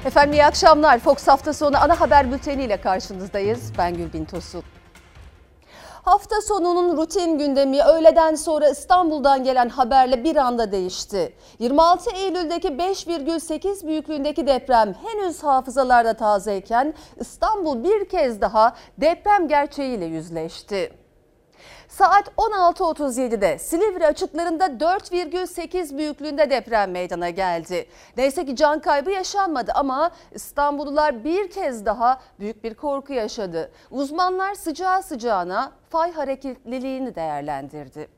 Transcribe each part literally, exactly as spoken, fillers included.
Efendim iyi akşamlar. Fox hafta sonu ana haber bülteniyle karşınızdayız. Ben Gülbin Tosun. Hafta sonunun rutin gündemi öğleden sonra İstanbul'dan gelen haberle bir anda değişti. yirmi altı Eylül'deki beş virgül sekiz büyüklüğündeki deprem henüz hafızalarda tazeyken İstanbul bir kez daha deprem gerçeğiyle yüzleşti. Saat on altı otuz yedi'de Silivri açıklarında dört virgül sekiz büyüklüğünde deprem meydana geldi. Neyse ki can kaybı yaşanmadı ama İstanbullular bir kez daha büyük bir korku yaşadı. Uzmanlar sıcağı sıcağına fay hareketliliğini değerlendirdi.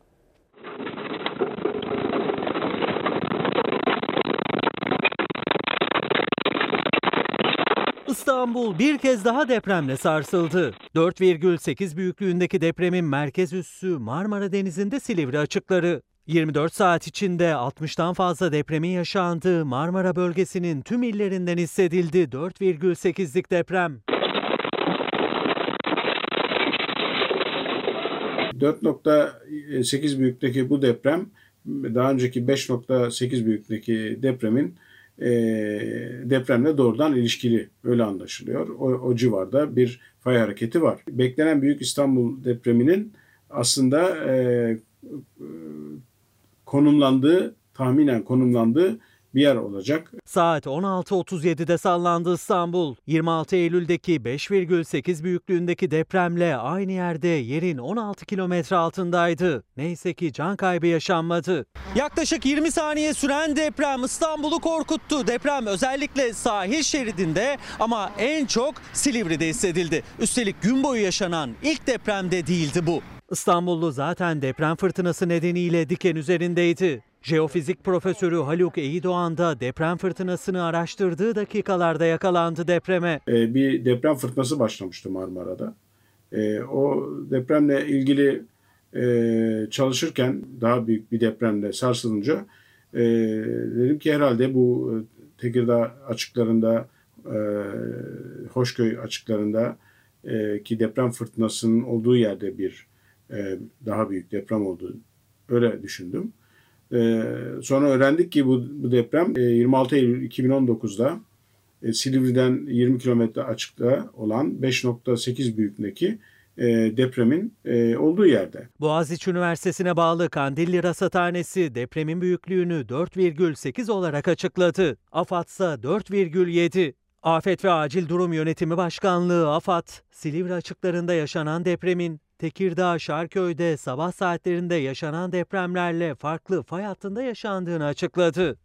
İstanbul bir kez daha depremle sarsıldı. dört virgül sekiz büyüklüğündeki depremin merkez üssü Marmara Denizi'nde Silivri açıkları. yirmi dört saat içinde altmıştan fazla depremin yaşandığı Marmara bölgesinin tüm illerinden hissedildi dört virgül sekizlik deprem. dört nokta sekiz büyüklükteki bu deprem daha önceki beş nokta sekiz büyüklükteki depremin E, depremle doğrudan ilişkili, öyle anlaşılıyor. O, o civarda bir fay hareketi var. Beklenen Büyük İstanbul depreminin aslında e, e, konumlandığı, tahminen konumlandığı bir yer olacak. Saat on altı otuz yedi'de sallandı İstanbul. yirmi altı Eylül'deki beş virgül sekiz büyüklüğündeki depremle aynı yerde yerin on altı kilometre altındaydı. Neyse ki can kaybı yaşanmadı. Yaklaşık yirmi saniye süren deprem İstanbul'u korkuttu. Deprem özellikle sahil şeridinde ama en çok Silivri'de hissedildi. Üstelik gün boyu yaşanan ilk depremde değildi bu. İstanbullu zaten deprem fırtınası nedeniyle diken üzerindeydi. Jeofizik profesörü Haluk Eydoğan da deprem fırtınasını araştırdığı dakikalarda yakalandı depreme. Ee, bir deprem fırtınası başlamıştı Marmara'da. Ee, o depremle ilgili e, çalışırken daha büyük bir depremle sarsılınca e, dedim ki herhalde bu Tekirdağ açıklarında, e, Hoşköy açıklarında e, ki deprem fırtınasının olduğu yerde bir e, daha büyük deprem olduğu, öyle düşündüm. Ee, sonra öğrendik ki bu, bu deprem yirmi altı Eylül iki bin on dokuz'da e, Silivri'den yirmi kilometre açıkta olan beş nokta sekiz büyüklüğündeki e, depremin e, olduğu yerde. Boğaziçi Üniversitesi'ne bağlı Kandilli Rasathanesi depremin büyüklüğünü dört virgül sekiz olarak açıkladı. AFAD ise dört virgül yedi. Afet ve Acil Durum Yönetimi Başkanlığı AFAD, Silivri açıklarında yaşanan depremin Tekirdağ, Şarköy'de sabah saatlerinde yaşanan depremlerle farklı fay hattında yaşandığını açıkladı.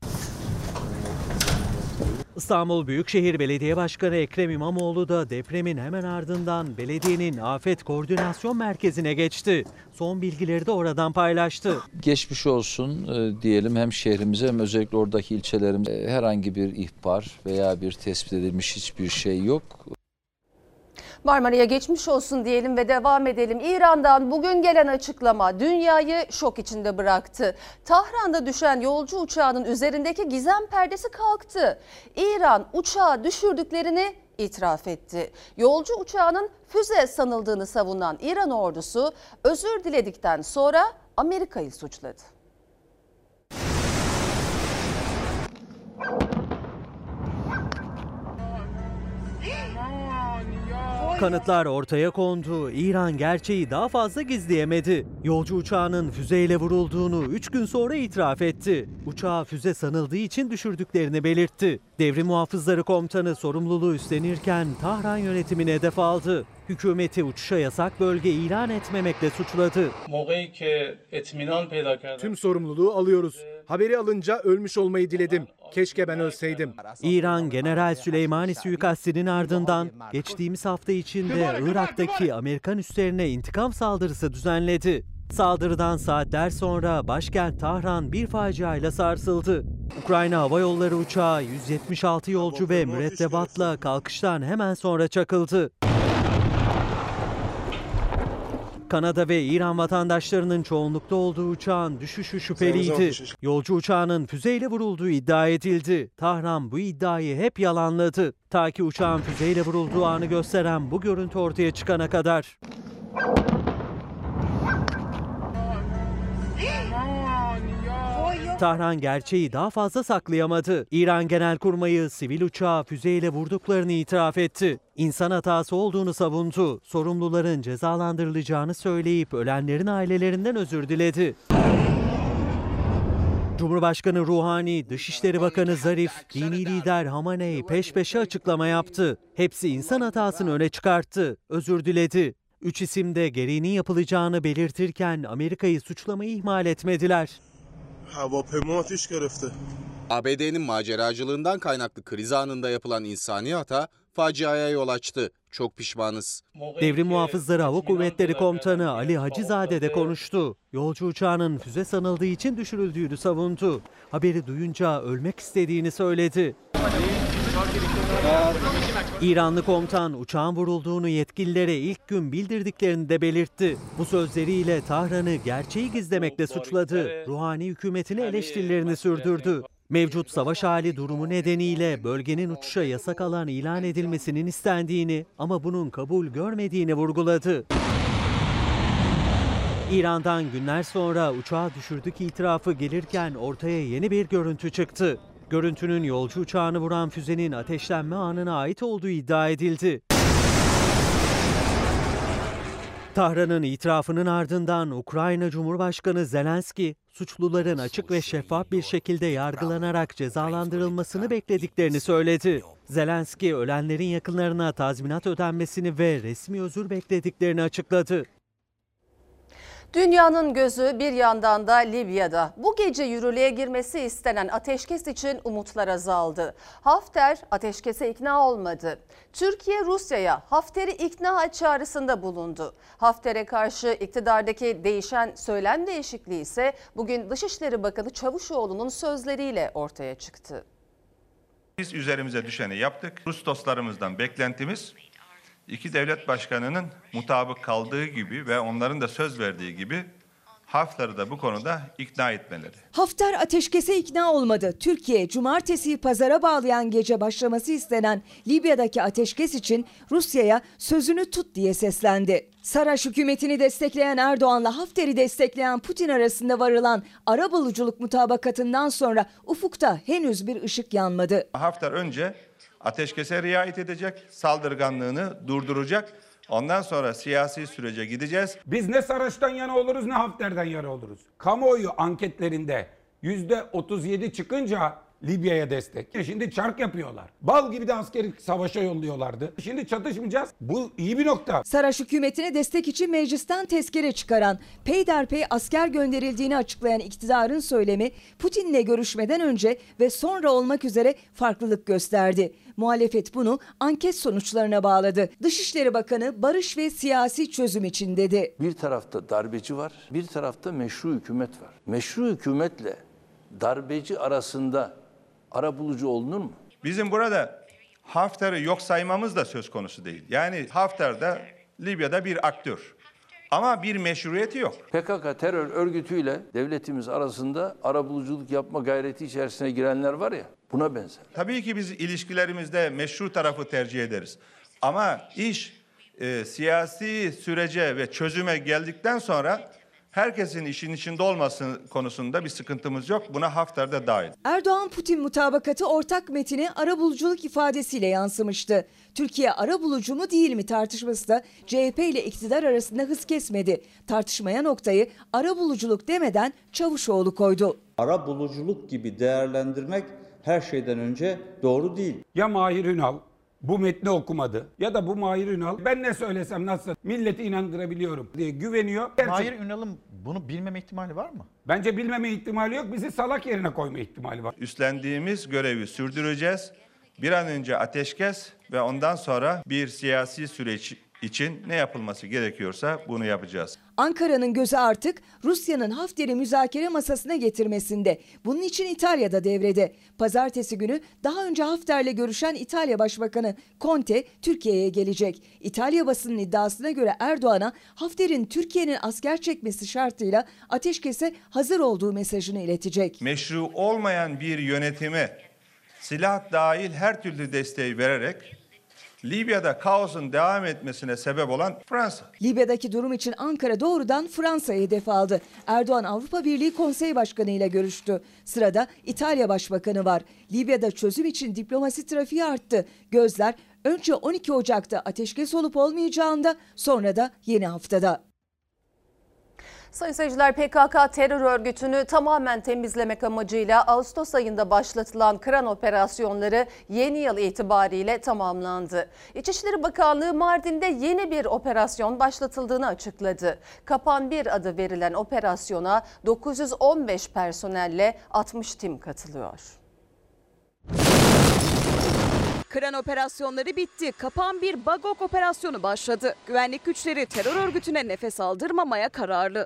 İstanbul Büyükşehir Belediye Başkanı Ekrem İmamoğlu da depremin hemen ardından belediyenin Afet Koordinasyon Merkezi'ne geçti. Son bilgileri de oradan paylaştı. Geçmiş olsun diyelim hem şehrimize hem özellikle oradaki ilçelerimize. Herhangi bir ihbar veya bir tespit edilmiş hiçbir şey yok. Marmara'ya geçmiş olsun diyelim ve devam edelim. İran'dan bugün gelen açıklama dünyayı şok içinde bıraktı. Tahran'da düşen yolcu uçağının üzerindeki gizem perdesi kalktı. İran uçağı düşürdüklerini itiraf etti. Yolcu uçağının füze sanıldığını savunan İran ordusu özür diledikten sonra Amerika'yı suçladı. Kanıtlar ortaya kondu. İran gerçeği daha fazla gizleyemedi. Yolcu uçağının füzeyle vurulduğunu üç gün sonra itiraf etti. Uçağı füze sanıldığı için düşürdüklerini belirtti. Devrim Muhafızları Komutanı sorumluluğu üstlenirken Tahran yönetimine hedef aldı. Hükümeti uçuşa yasak bölge ilan etmemekle suçladı. Tüm sorumluluğu alıyoruz. Haberi alınca ölmüş olmayı diledim. Keşke ben ölseydim. İran General Süleymani suikastinin ardından geçtiğimiz hafta içinde Irak'taki Amerikan üslerine intikam saldırısı düzenledi. Saldırıdan saatler sonra başkent Tahran bir faciayla sarsıldı. Ukrayna Hava Yolları uçağı yüz yetmiş altı yolcu ve mürettebatla kalkıştan hemen sonra çakıldı. Kanada ve İran vatandaşlarının çoğunlukta olduğu uçağın düşüşü şüpheliydi. Yolcu uçağının füzeyle vurulduğu iddia edildi. Tahran bu iddiayı hep yalanladı. Ta ki uçağın füzeyle vurulduğu anı gösteren bu görüntü ortaya çıkana kadar. Tahran gerçeği daha fazla saklayamadı. İran Genelkurmayı sivil uçağı füzeyle vurduklarını itiraf etti. İnsan hatası olduğunu savundu. Sorumluların cezalandırılacağını söyleyip ölenlerin ailelerinden özür diledi. Cumhurbaşkanı Ruhani, Dışişleri Bakanı Zarif, dini lider Hamaney peş peşe açıklama yaptı. Hepsi insan hatasını öne çıkarttı, özür diledi. Üç isim de gereğinin yapılacağını belirtirken Amerika'yı suçlamayı ihmal etmediler. A B D'nin maceracılığından kaynaklı kriz anında yapılan insani hata faciaya yol açtı. Çok pişmanız. Devrim Muhafızları Hava Kuvvetleri Komutanı Ali Hacızade de konuştu. Yolcu uçağının füze sanıldığı için düşürüldüğünü savundu. Haberi duyunca ölmek istediğini söyledi. İranlı komutan uçağın vurulduğunu yetkililere ilk gün bildirdiklerini de belirtti. Bu sözleriyle Tahran'ı gerçeği gizlemekle suçladı. Ruhani hükümetini eleştirilerini sürdürdü. Mevcut savaş hali durumu nedeniyle bölgenin uçuşa yasak alan ilan edilmesinin istendiğini ama bunun kabul görmediğini vurguladı. İran'dan günler sonra uçağı düşürdük itirafı gelirken ortaya yeni bir görüntü çıktı. Görüntünün yolcu uçağını vuran füzenin ateşlenme anına ait olduğu iddia edildi. Tahran'ın itirafının ardından Ukrayna Cumhurbaşkanı Zelenski, suçluların açık ve şeffaf bir şekilde yargılanarak cezalandırılmasını beklediklerini söyledi. Zelenski, ölenlerin yakınlarına tazminat ödenmesini ve resmi özür beklediklerini açıkladı. Dünyanın gözü bir yandan da Libya'da. Bu gece yürürlüğe girmesi istenen ateşkes için umutlar azaldı. Hafter ateşkese ikna olmadı. Türkiye Rusya'ya Hafter'i ikna çağrısında bulundu. Hafter'e karşı iktidardaki değişen söylem değişikliği ise bugün Dışişleri Bakanı Çavuşoğlu'nun sözleriyle ortaya çıktı. Biz üzerimize düşeni yaptık. Rus dostlarımızdan beklentimiz İki devlet başkanının mutabık kaldığı gibi ve onların da söz verdiği gibi Hafter'i de bu konuda ikna etmeleri. Hafter ateşkese ikna olmadı. Türkiye, cumartesiyi pazara bağlayan gece başlaması istenen Libya'daki ateşkes için Rusya'ya sözünü tut diye seslendi. Saraç hükümetini destekleyen Erdoğan'la Hafter'i destekleyen Putin arasında varılan arabuluculuk mutabakatından sonra ufukta henüz bir ışık yanmadı. Hafter önce ateşkese riayet edecek, saldırganlığını durduracak. Ondan sonra siyasi sürece gideceğiz. Biz ne Saraç'tan yana oluruz ne Hafter'den yana oluruz. Kamuoyu anketlerinde yüzde otuz yedi çıkınca Libya'ya destek. Şimdi çark yapıyorlar. Bal gibi de askeri savaşa yolluyorlardı. Şimdi çatışmayacağız. Bu iyi bir nokta. Saraç hükümetine destek için meclisten tezkere çıkaran, peyderpey asker gönderildiğini açıklayan iktidarın söylemi Putin'le görüşmeden önce ve sonra olmak üzere farklılık gösterdi. Muhalefet bunu anket sonuçlarına bağladı. Dışişleri Bakanı barış ve siyasi çözüm için dedi. Bir tarafta darbeci var, bir tarafta meşru hükümet var. Meşru hükümetle darbeci arasında arabulucu olunur mu? Bizim burada Hafter'i yok saymamız da söz konusu değil. Yani Hafter de Libya'da bir aktör. Ama bir meşruiyeti yok. P K K terör örgütüyle devletimiz arasında arabuluculuk yapma gayreti içerisine girenler var ya, buna benzer. Tabii ki biz ilişkilerimizde meşru tarafı tercih ederiz. Ama iş e, siyasi sürece ve çözüme geldikten sonra herkesin işin içinde olması konusunda bir sıkıntımız yok. Buna Hafter de dahil. Erdoğan-Putin mutabakatı ortak metine arabuluculuk ifadesiyle yansımıştı. Türkiye arabulucu mu değil mi tartışması da C H P ile iktidar arasında hız kesmedi. Tartışmaya noktayı arabuluculuk demeden Çavuşoğlu koydu. Arabuluculuk gibi değerlendirmek her şeyden önce doğru değil. Ya Mahir Ünal bu metni okumadı ya da bu Mahir Ünal ben ne söylesem nasıl milleti inandırabiliyorum diye güveniyor. Gerçek... Mahir Ünal'ın bunu bilmeme ihtimali var mı? Bence bilmeme ihtimali yok. Bizi salak yerine koyma ihtimali var. Üstlendiğimiz görevi sürdüreceğiz. Bir an önce ateşkes ve ondan sonra bir siyasi süreç için ne yapılması gerekiyorsa bunu yapacağız. Ankara'nın gözü artık Rusya'nın Hafter'i müzakere masasına getirmesinde. Bunun için İtalya'da devrede. Pazartesi günü daha önce Hafter'le görüşen İtalya Başbakanı Conte Türkiye'ye gelecek. İtalya basının iddiasına göre Erdoğan'a Hafter'in Türkiye'nin asker çekmesi şartıyla ateşkese hazır olduğu mesajını iletecek. Meşru olmayan bir yönetime silah dahil her türlü desteği vererek Libya'da kaosun devam etmesine sebep olan Fransa. Libya'daki durum için Ankara doğrudan Fransa'yı hedef aldı. Erdoğan Avrupa Birliği Konseyi Başkanı ile görüştü. Sırada İtalya Başbakanı var. Libya'da çözüm için diplomasi trafiği arttı. Gözler önce on iki Ocak'ta ateşkes olup olmayacağında, sonra da yeni haftada. Sayın seyirciler, P K K terör örgütünü tamamen temizlemek amacıyla Ağustos ayında başlatılan Kıran operasyonları yeni yıl itibariyle tamamlandı. İçişleri Bakanlığı Mardin'de yeni bir operasyon başlatıldığını açıkladı. Kapan bir adı verilen operasyona dokuz yüz on beş personelle altmış tim katılıyor. Kıran operasyonları bitti. Kapan bir Bagok operasyonu başladı. Güvenlik güçleri terör örgütüne nefes aldırmamaya kararlı.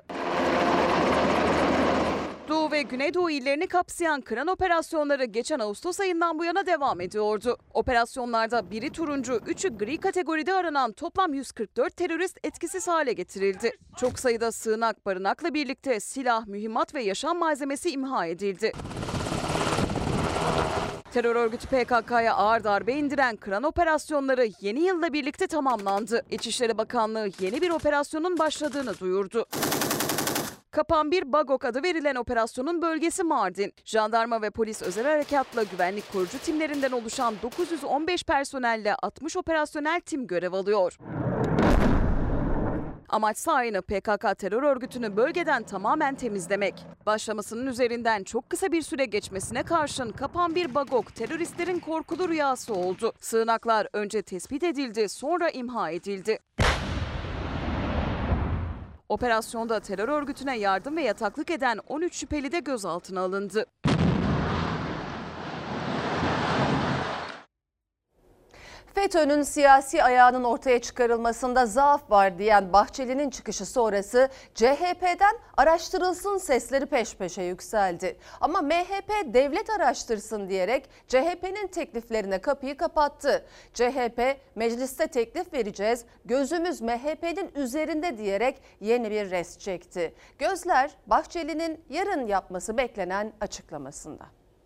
Doğu ve Güneydoğu illerini kapsayan Kıran operasyonları geçen Ağustos ayından bu yana devam ediyordu. Operasyonlarda biri turuncu, üçü gri kategoride aranan toplam yüz kırk dört terörist etkisiz hale getirildi. Çok sayıda sığınak, barınakla birlikte silah, mühimmat ve yaşam malzemesi imha edildi. Terör örgütü P K K'ya ağır darbe indiren Kıran operasyonları yeni yılla birlikte tamamlandı. İçişleri Bakanlığı yeni bir operasyonun başladığını duyurdu. Kapan bir Bagok adı verilen operasyonun bölgesi Mardin. Jandarma ve polis özel harekatla güvenlik korucu timlerinden oluşan dokuz yüz on beş personelle altmış operasyonel tim görev alıyor. Amaç aynı, P K K terör örgütünü bölgeden tamamen temizlemek. Başlamasının üzerinden çok kısa bir süre geçmesine karşın Kapan bir Bagok teröristlerin korkulu rüyası oldu. Sığınaklar önce tespit edildi, sonra imha edildi. Operasyonda terör örgütüne yardım ve yataklık eden on üç şüpheli de gözaltına alındı. FETÖ'nün siyasi ayağının ortaya çıkarılmasında zaaf var diyen Bahçeli'nin çıkışı sonrası C H P'den araştırılsın sesleri peş peşe yükseldi. Ama M H P devlet araştırsın diyerek C H P'nin tekliflerine kapıyı kapattı. C H P mecliste teklif vereceğiz, gözümüz M H P'nin üzerinde diyerek yeni bir rest çekti. Gözler Bahçeli'nin yarın yapması beklenen açıklamasında.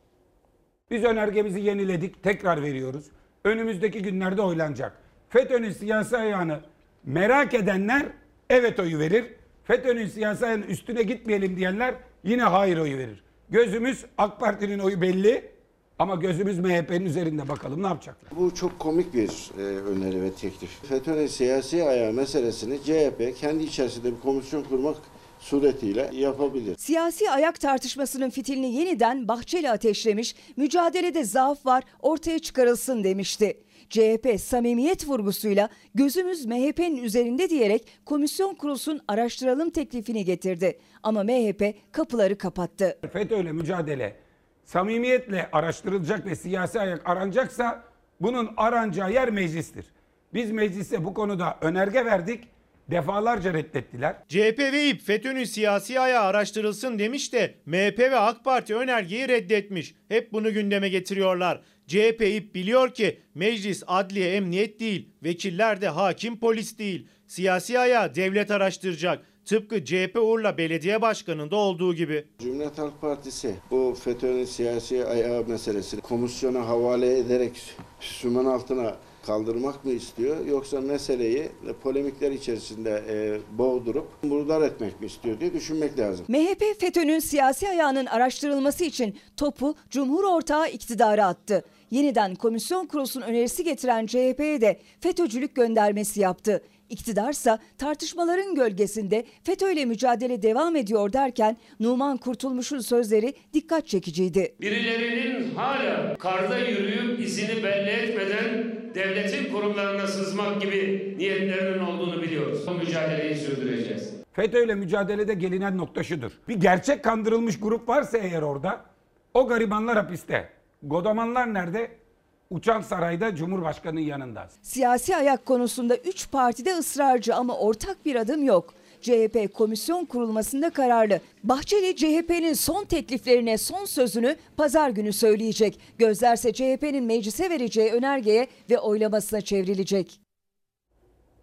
Biz önergemizi yeniledik, tekrar veriyoruz. Önümüzdeki günlerde oylanacak. FETÖ'nün siyasi ayağını merak edenler evet oyu verir. FETÖ'nün siyasi ayağının üstüne gitmeyelim diyenler yine hayır oyu verir. Gözümüz AK Parti'nin oyu belli ama gözümüz M H P'nin üzerinde, bakalım ne yapacaklar. Bu çok komik bir e, öneri ve teklif. FETÖ'nün siyasi ayağı meselesini C H P kendi içerisinde bir komisyon kurmak suretiyle yapabilir. Siyasi ayak tartışmasının fitilini yeniden Bahçeli ateşlemiş, mücadelede zaaf var, ortaya çıkarılsın demişti. C H P samimiyet vurgusuyla gözümüz M H P'nin üzerinde diyerek komisyon kurulsun, araştıralım teklifini getirdi. Ama M H P kapıları kapattı. FETÖ'yle mücadele samimiyetle araştırılacak ve siyasi ayak aranacaksa bunun aranacağı yer meclistir. Biz meclise bu konuda önerge verdik. Defalarca reddettiler. C H P ve İ P FETÖ'nün siyasi ayağı araştırılsın demiş de M H P ve AK Parti önergeyi reddetmiş. Hep bunu gündeme getiriyorlar. C H P İ P biliyor ki meclis adliye emniyet değil, vekiller de hakim polis değil. Siyasi ayağı devlet araştıracak. Tıpkı C H P Urla Belediye Başkanı'nda olduğu gibi. Cumhuriyet Halk Partisi bu FETÖ'nün siyasi ayağı meselesini komisyona havale ederek sümen altına kaldırmak mı istiyor, yoksa meseleyi polemikler içerisinde e, boğdurup murdar etmek mi istiyor diye düşünmek lazım. M H P FETÖ'nün siyasi ayağının araştırılması için topu Cumhur ortağı iktidara attı. Yeniden komisyon kurulsun önerisi getiren C H P'ye de FETÖ'cülük göndermesi yaptı. İktidarsa tartışmaların gölgesinde FETÖ'yle mücadele devam ediyor derken Numan Kurtulmuş'un sözleri dikkat çekiciydi. Birilerinin hala karda yürüyüp izini belli etmeden devletin kurumlarına sızmak gibi niyetlerinin olduğunu biliyoruz. Bu mücadeleyi sürdüreceğiz. FETÖ'yle mücadelede gelinen nokta şudur. Bir gerçek kandırılmış grup varsa eğer orada, o garibanlar hapiste. Godamanlar nerede? Uçan Saray'da Cumhurbaşkanı'nın yanında. Siyasi ayak konusunda üç partide ısrarcı ama ortak bir adım yok. C H P komisyon kurulmasında kararlı. Bahçeli C H P'nin son tekliflerine son sözünü pazar günü söyleyecek. Gözlerse C H P'nin meclise vereceği önergeye ve oylamasına çevrilecek.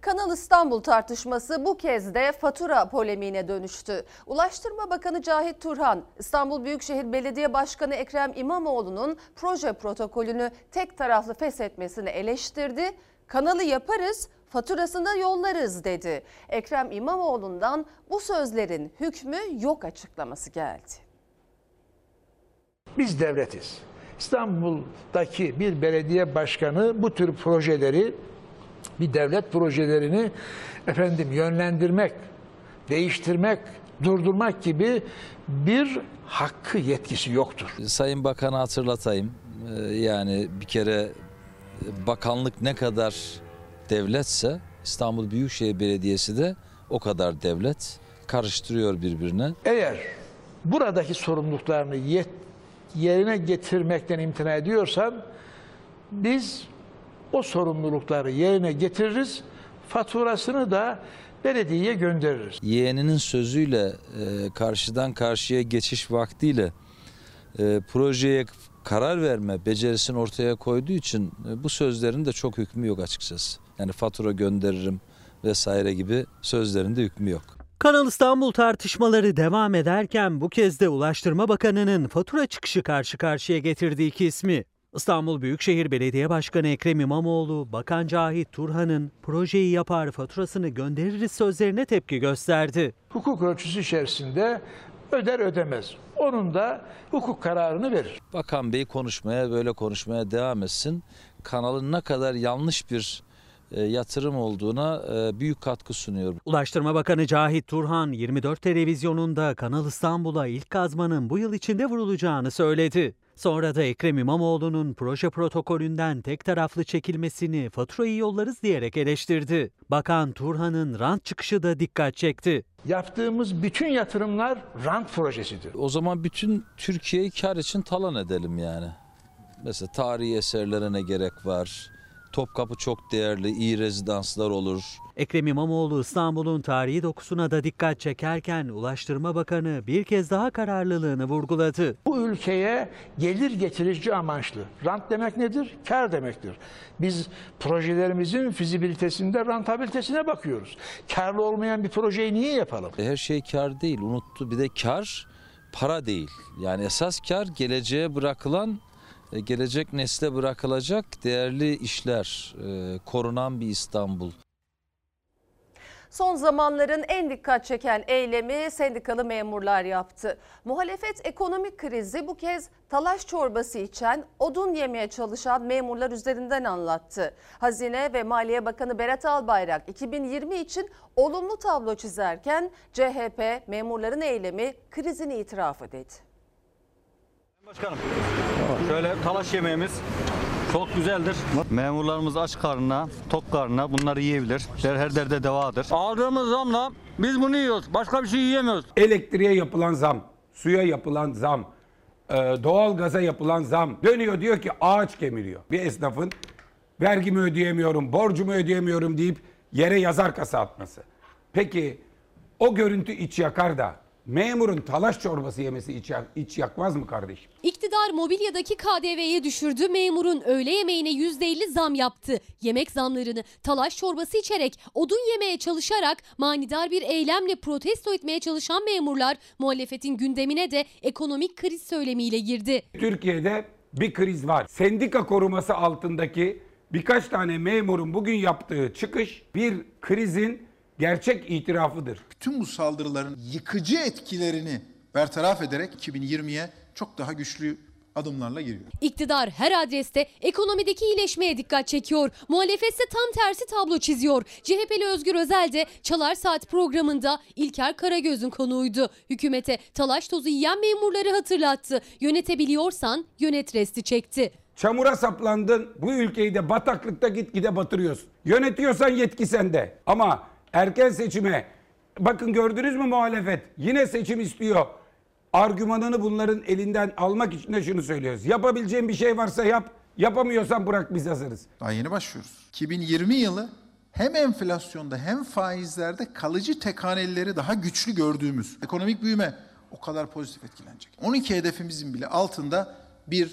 Kanal İstanbul tartışması bu kez de fatura polemiğine dönüştü. Ulaştırma Bakanı Cahit Turhan, İstanbul Büyükşehir Belediye Başkanı Ekrem İmamoğlu'nun proje protokolünü tek taraflı feshetmesini eleştirdi. Kanalı yaparız, faturasını da yollarız dedi. Ekrem İmamoğlu'ndan bu sözlerin hükmü yok açıklaması geldi. Biz devletiz. İstanbul'daki bir belediye başkanı bu tür projeleri, bir devlet projelerini efendim yönlendirmek, değiştirmek, durdurmak gibi bir hakkı, yetkisi yoktur. Sayın Bakan'a hatırlatayım. Yani bir kere bakanlık ne kadar devletse İstanbul Büyükşehir Belediyesi de o kadar devlet. Karıştırıyor birbirine. Eğer buradaki sorumluluklarını yet yerine getirmekten imtina ediyorsan biz o sorumlulukları yerine getiririz, faturasını da belediyeye göndeririz. Yeğeninin sözüyle e, karşıdan karşıya geçiş vaktiyle e, projeye karar verme becerisini ortaya koyduğu için e, bu sözlerin de çok hükmü yok açıkçası. Yani fatura gönderirim vesaire gibi sözlerin de hükmü yok. Kanal İstanbul tartışmaları devam ederken bu kez de Ulaştırma Bakanı'nın fatura çıkışı karşı karşıya getirdiği iki ismi. İstanbul Büyükşehir Belediye Başkanı Ekrem İmamoğlu, Bakan Cahit Turhan'ın projeyi yapar faturasını göndeririz sözlerine tepki gösterdi. Hukuk ölçüsü içerisinde öder ödemez. Onun da hukuk kararını verir. Bakan Bey konuşmaya böyle konuşmaya devam etsin. Kanalın ne kadar yanlış bir yatırım olduğuna büyük katkı sunuyor. Ulaştırma Bakanı Cahit Turhan yirmi dört televizyonunda Kanal İstanbul'a ilk kazmanın bu yıl içinde vurulacağını söyledi. Sonra da Ekrem İmamoğlu'nun proje protokolünden tek taraflı çekilmesini faturayı yollarız diyerek eleştirdi. Bakan Turhan'ın rant çıkışı da dikkat çekti. Yaptığımız bütün yatırımlar rant projesidir. O zaman bütün Türkiye'yi kar için talan edelim yani. Mesela tarihi eserlere ne gerek var? Topkapı çok değerli, iyi rezidanslar olur. Ekrem İmamoğlu İstanbul'un tarihi dokusuna da dikkat çekerken Ulaştırma Bakanı bir kez daha kararlılığını vurguladı. Bu ülkeye gelir getirici amaçlı. Rant demek nedir? Kar demektir. Biz projelerimizin fizibilitesinde rentabilitesine bakıyoruz. Karlı olmayan bir projeyi niye yapalım? Her şey kar değil, unuttu. Bir de kar para değil. Yani esas kar geleceğe bırakılan, gelecek nesle bırakılacak değerli işler, korunan bir İstanbul. Son zamanların en dikkat çeken eylemi sendikalı memurlar yaptı. Muhalefet ekonomik krizi bu kez talaş çorbası içen, odun yemeye çalışan memurlar üzerinden anlattı. Hazine ve Maliye Bakanı Berat Albayrak iki bin yirmi için olumlu tablo çizerken C H P memurların eylemi krizini itiraf dedi. Başkanım, şöyle talaş yemeğimiz çok güzeldir. Memurlarımız aç karnına, tok karnına bunları yiyebilir. Her derde devadır. Aldığımız zamla biz bunu yiyoruz. Başka bir şey yiyemiyoruz. Elektriğe yapılan zam, suya yapılan zam, doğalgaza yapılan zam. Dönüyor diyor ki ağaç kemiriyor. Bir esnafın vergimi ödeyemiyorum, borcumu ödeyemiyorum deyip yere yazar kasa atması. Peki o görüntü iç yakar da memurun talaş çorbası yemesi iç, iç yakmaz mı kardeşim? İktidar mobilyadaki K D V'ye düşürdü. Memurun öğle yemeğine yüzde elli zam yaptı. Yemek zamlarını talaş çorbası içerek, odun yemeye çalışarak manidar bir eylemle protesto etmeye çalışan memurlar muhalefetin gündemine de ekonomik kriz söylemiyle girdi. Türkiye'de bir kriz var. Sendika koruması altındaki birkaç tane memurun bugün yaptığı çıkış bir krizin gerçek itirafıdır. Tüm bu saldırıların yıkıcı etkilerini bertaraf ederek iki bin yirmiye çok daha güçlü adımlarla giriyor. İktidar her adreste ekonomideki iyileşmeye dikkat çekiyor. Muhalefetse tam tersi tablo çiziyor. C H P'li Özgür Özel de Çalar Saat programında İlker Karagöz'ün konuğuydu. Hükümete talaş tozu yiyen memurları hatırlattı. Yönetebiliyorsan yönet resti çekti. Çamura saplandın, bu ülkeyi de bataklıkta gitgide batırıyorsun. Yönetiyorsan yetki sende. Ama erken seçime, bakın gördünüz mü muhalefet? Yine seçim istiyor. Argümanını bunların elinden almak için de şunu söylüyoruz. Yapabileceğin bir şey varsa yap, yapamıyorsan bırak, biz hazırız. Daha yeni başlıyoruz. iki bin yirmi yılı hem enflasyonda hem faizlerde kalıcı tek hanelileri daha güçlü gördüğümüz ekonomik büyüme o kadar pozitif etkilenecek. on iki hedefimizin bile altında bir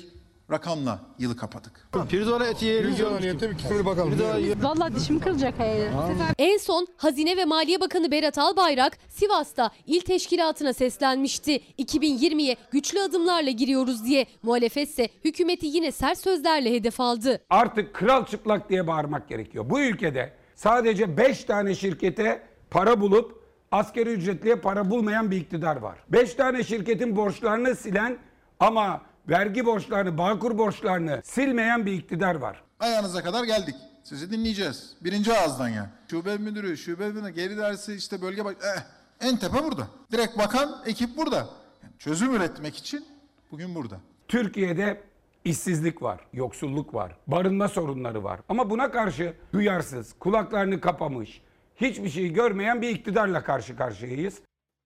rakamla yılı kapadık. Pirzola eti yiyelim. Pirzola tabii ki. Dur bakalım. Vallahi dişim kırılacak. En son Hazine ve Maliye Bakanı Berat Albayrak Sivas'ta il teşkilatına seslenmişti. iki bin yirmiye güçlü adımlarla giriyoruz diye. Muhalefetse hükümeti yine sert sözlerle hedef aldı. Artık kral çıplak diye bağırmak gerekiyor. Bu ülkede sadece beş tane şirkete para bulup asgari ücretliye para bulmayan bir iktidar var. beş tane şirketin borçlarını silen ama vergi borçlarını, Bağkur borçlarını silmeyen bir iktidar var. Ayağınıza kadar geldik. Sizi dinleyeceğiz. Birinci ağızdan yani. Şube müdürü, şube müdürü, geri dersi işte bölge bak. Eh, en tepe burada. Direkt bakan ekip burada. Yani çözüm üretmek için bugün burada. Türkiye'de işsizlik var, yoksulluk var, barınma sorunları var. Ama buna karşı duyarsız, kulaklarını kapamış, hiçbir şey görmeyen bir iktidarla karşı karşıyayız.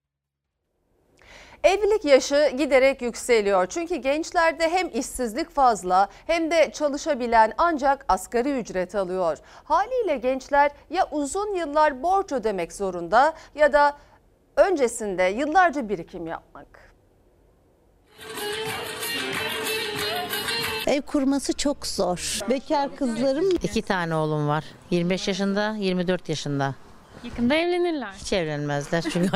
Evlilik yaşı giderek yükseliyor. Çünkü gençlerde hem işsizlik fazla hem de çalışabilen ancak asgari ücret alıyor. Haliyle gençler ya uzun yıllar borç ödemek zorunda ya da öncesinde yıllarca birikim yapmak. Ev kurması çok zor. Bekar kızlarım. İki tane oğlum var. yirmi beş yaşında, yirmi dört yaşında. Yakında evlenirler. Hiç evlenmezler çünkü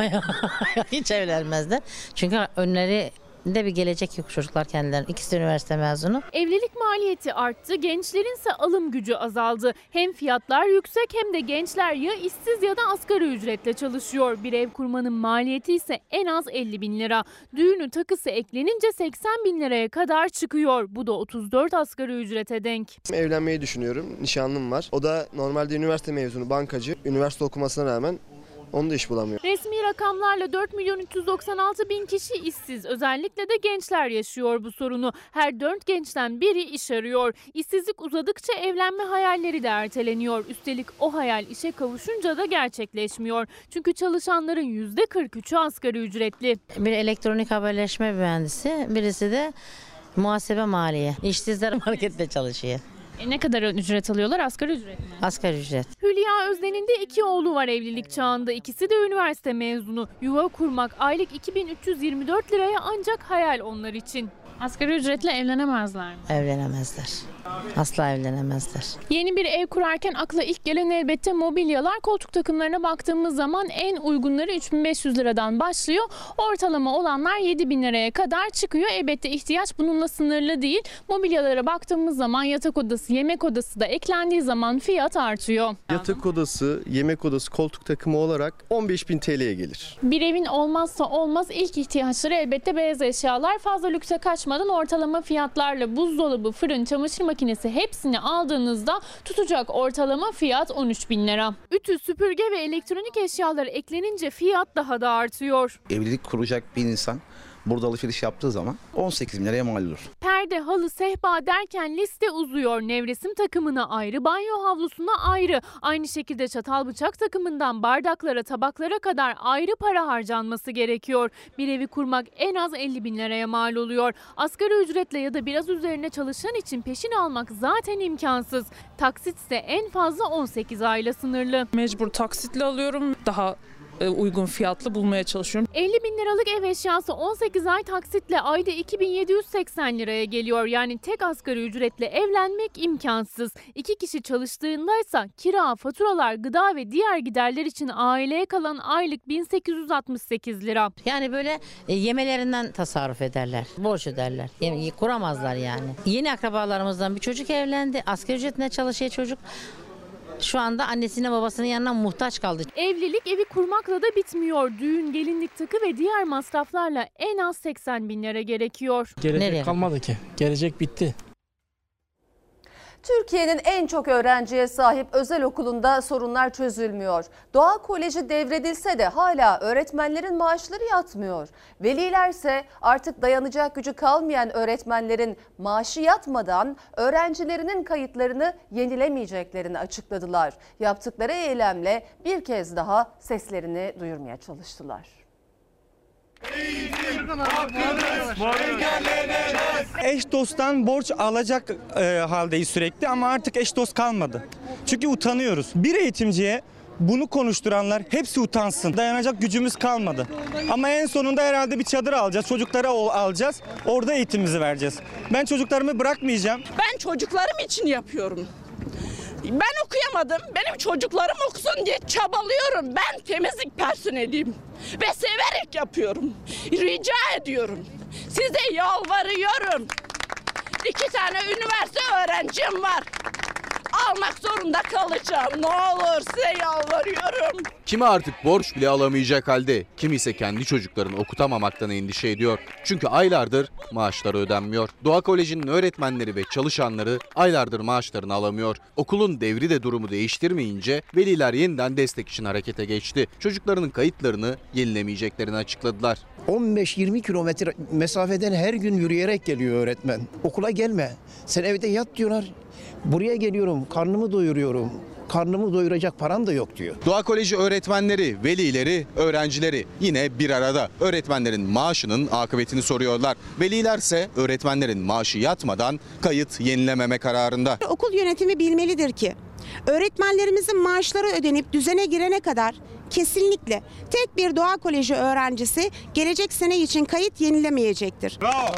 hiç evlenmezler. Çünkü önlerinde bir gelecek yok çocuklar kendilerine. İkisi de üniversite mezunu. Evlilik maliyeti arttı, gençlerinse alım gücü azaldı. Hem fiyatlar yüksek hem de gençler ya işsiz ya da asgari ücretle çalışıyor. Bir ev kurmanın maliyeti ise en az elli bin lira. Düğünü takısı eklenince seksen bin liraya kadar çıkıyor. Bu da otuz dört asgari ücrete denk. Evlenmeyi düşünüyorum. Nişanlım var. O da normalde üniversite mezunu, bankacı. Üniversite okumasına rağmen onu da iş bulamıyor. Resmi rakamlarla dört milyon üç yüz doksan altı bin kişi işsiz. Özellikle de gençler yaşıyor bu sorunu. Her dört gençten biri iş arıyor. İşsizlik uzadıkça evlenme hayalleri de erteleniyor. Üstelik o hayal işe kavuşunca da gerçekleşmiyor. Çünkü çalışanların yüzde kırk üçü asgari ücretli. Bir elektronik haberleşme mühendisi, birisi de muhasebe maliye. İşsizler markette çalışıyor. E ne kadar ücret alıyorlar? Asgari ücret mi? Asgari ücret. Hülya Özden'in de iki oğlu var evlilik çağında. İkisi de üniversite mezunu. Yuva kurmak aylık iki bin üç yüz yirmi dört liraya ancak hayal onlar için. Asgari ücretle evlenemezler mi? Evlenemezler. Asla evlenemezler. Yeni bir ev kurarken akla ilk gelen elbette mobilyalar. Koltuk takımlarına baktığımız zaman en uygunları üç bin beş yüz liradan başlıyor. Ortalama olanlar yedi bin liraya kadar çıkıyor. Elbette ihtiyaç bununla sınırlı değil. Mobilyalara baktığımız zaman yatak odası, yemek odası da eklendiği zaman fiyat artıyor. Yatak odası, yemek odası, koltuk takımı olarak on beş bin T L'ye gelir. Bir evin olmazsa olmaz ilk ihtiyaçları elbette beyaz eşyalar. Fazla lükse kaçmadan ortalama fiyatlarla buzdolabı, fırın, çamaşır makinesi hepsini aldığınızda tutacak ortalama fiyat on üç bin lira. Ütü, süpürge ve elektronik eşyaları eklenince fiyat daha da artıyor. Evlilik kuracak bir insan burada alışveriş yaptığı zaman on sekiz bin liraya mal olur. Perde, halı, sehpa derken liste uzuyor. Nevresim takımına ayrı, banyo havlusuna ayrı. Aynı şekilde çatal bıçak takımından bardaklara, tabaklara kadar ayrı para harcanması gerekiyor. Bir evi kurmak en az elli bin liraya mal oluyor. Asgari ücretle ya da biraz üzerine çalışan için peşin almak zaten imkansız. Taksit ise en fazla on sekiz ayla sınırlı. Mecbur taksitle alıyorum. Daha uygun fiyatlı bulmaya çalışıyorum. elli bin liralık ev eşyası on sekiz ay taksitle ayda iki bin yedi yüz seksen liraya geliyor. Yani tek asgari ücretle evlenmek imkansız. İki kişi çalıştığındaysa kira, faturalar, gıda ve diğer giderler için aileye kalan aylık bin sekiz yüz altmış sekiz lira. Yani böyle e, yemelerinden tasarruf ederler, borç öderler. Yeme- kuramazlar yani. Yeni akrabalarımızdan bir çocuk evlendi. Asgari ücretine çalışıyor çocuk. Şu anda annesine babasının yanına muhtaç kaldı. Evlilik evi kurmakla da bitmiyor. Düğün, gelinlik, takı ve diğer masraflarla en az seksen bin lira gerekiyor. Gelecek Nereye? kalmadı ki. Gelecek bitti. Türkiye'nin en çok öğrenciye sahip özel okulunda sorunlar çözülmüyor. Doğa Koleji devredilse de hala öğretmenlerin maaşları yatmıyor. Velilerse artık dayanacak gücü kalmayan öğretmenlerin maaşı yatmadan öğrencilerinin kayıtlarını yenilemeyeceklerini açıkladılar. Yaptıkları eylemle bir kez daha seslerini duyurmaya çalıştılar. Eş dosttan borç alacak e, haldeyiz sürekli ama artık eş dost kalmadı. Çünkü utanıyoruz. Bir eğitimciye Bunu konuşturanlar hepsi utansın. Dayanacak gücümüz kalmadı. Ama en sonunda herhalde bir çadır alacağız. Çocuklara alacağız. Orada eğitimimizi vereceğiz. Ben çocuklarımı bırakmayacağım. Ben çocuklarım için yapıyorum. Ben okuyamadım. Benim çocuklarım okusun diye çabalıyorum. Ben temizlik personeliyim. Ve severek yapıyorum. Rica ediyorum. Size yalvarıyorum. İki tane üniversite öğrencim var. Almak zorunda kalacağım. Ne olur size yalvarıyorum. Kimi artık borç bile alamayacak halde, kimi ise kendi çocuklarını okutamamaktan endişe ediyor. Çünkü aylardır maaşları ödenmiyor. Doğa Koleji'nin öğretmenleri ve çalışanları aylardır maaşlarını alamıyor. Okulun devri de durumu değiştirmeyince veliler yeniden destek için harekete geçti. Çocuklarının kayıtlarını yenilemeyeceklerini açıkladılar. on beş yirmi kilometre mesafeden her gün yürüyerek geliyor öğretmen. Okula gelme, sen evde yat diyorlar. Buraya geliyorum, karnımı doyuruyorum. Karnımı doyuracak param da yok diyor. Doğa Koleji öğretmenleri, velileri, öğrencileri yine bir arada. Öğretmenlerin maaşının akıbetini soruyorlar. Velilerse öğretmenlerin maaşı yatmadan kayıt yenilememe kararında. Okul yönetimi bilmelidir ki öğretmenlerimizin maaşları ödenip düzene girene kadar kesinlikle tek bir Doğa Koleji öğrencisi gelecek sene için kayıt yenilemeyecektir. Bravo.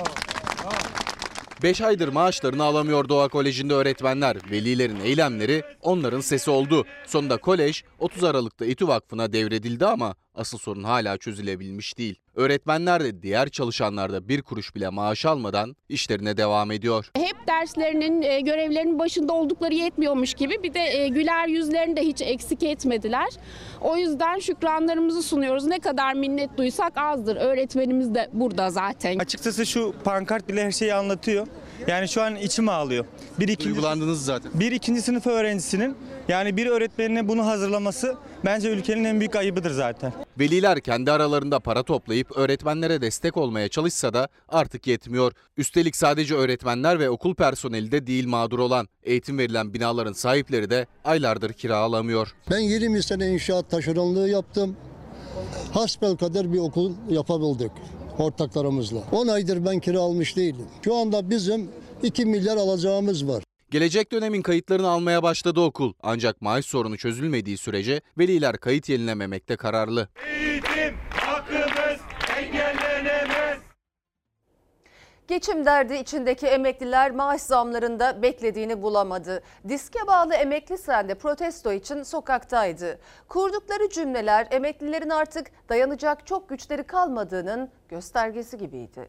beş aydır maaşlarını alamıyor Doğa Koleji'nde öğretmenler. Velilerin eylemleri onların sesi oldu. Sonunda kolej otuz Aralık'ta İTÜ Vakfı'na devredildi ama asıl sorun hala çözülebilmiş değil. Öğretmenler de diğer çalışanlar da bir kuruş bile maaş almadan işlerine devam ediyor. Hep derslerinin, görevlerinin başında oldukları yetmiyormuş gibi bir de güler yüzlerini de hiç eksik etmediler. O yüzden şükranlarımızı sunuyoruz. Ne kadar minnet duysak azdır. Öğretmenimiz de burada zaten. Açıkçası şu pankart bile her şeyi anlatıyor. Yani şu an içim ağlıyor. Bir ikinci, Duygulandınız zaten. Bir ikinci sınıf öğrencisinin yani bir öğretmenine bunu hazırlaması bence ülkenin en büyük ayıbıdır zaten. Veliler kendi aralarında para toplayıp öğretmenlere destek olmaya çalışsa da artık yetmiyor. Üstelik sadece öğretmenler ve okul personeli de değil mağdur olan. Eğitim verilen binaların sahipleri de aylardır kira alamıyor. Ben yirmi sene inşaat taşeronluğu yaptım. Hasbelkader bir okul yapabildik ortaklarımızla. on aydır ben kira almış değilim. Şu anda bizim iki milyar alacağımız var. Gelecek dönemin kayıtlarını almaya başladı okul. Ancak maaş sorunu çözülmediği sürece veliler kayıt yenilememekte kararlı. Eğitim hakkımız engellenemez. Geçim derdi içindeki emekliler maaş zamlarında beklediğini bulamadı. Diske bağlı emekli sen de protesto için sokaktaydı. Kurdukları cümleler emeklilerin artık dayanacak çok güçleri kalmadığının göstergesi gibiydi.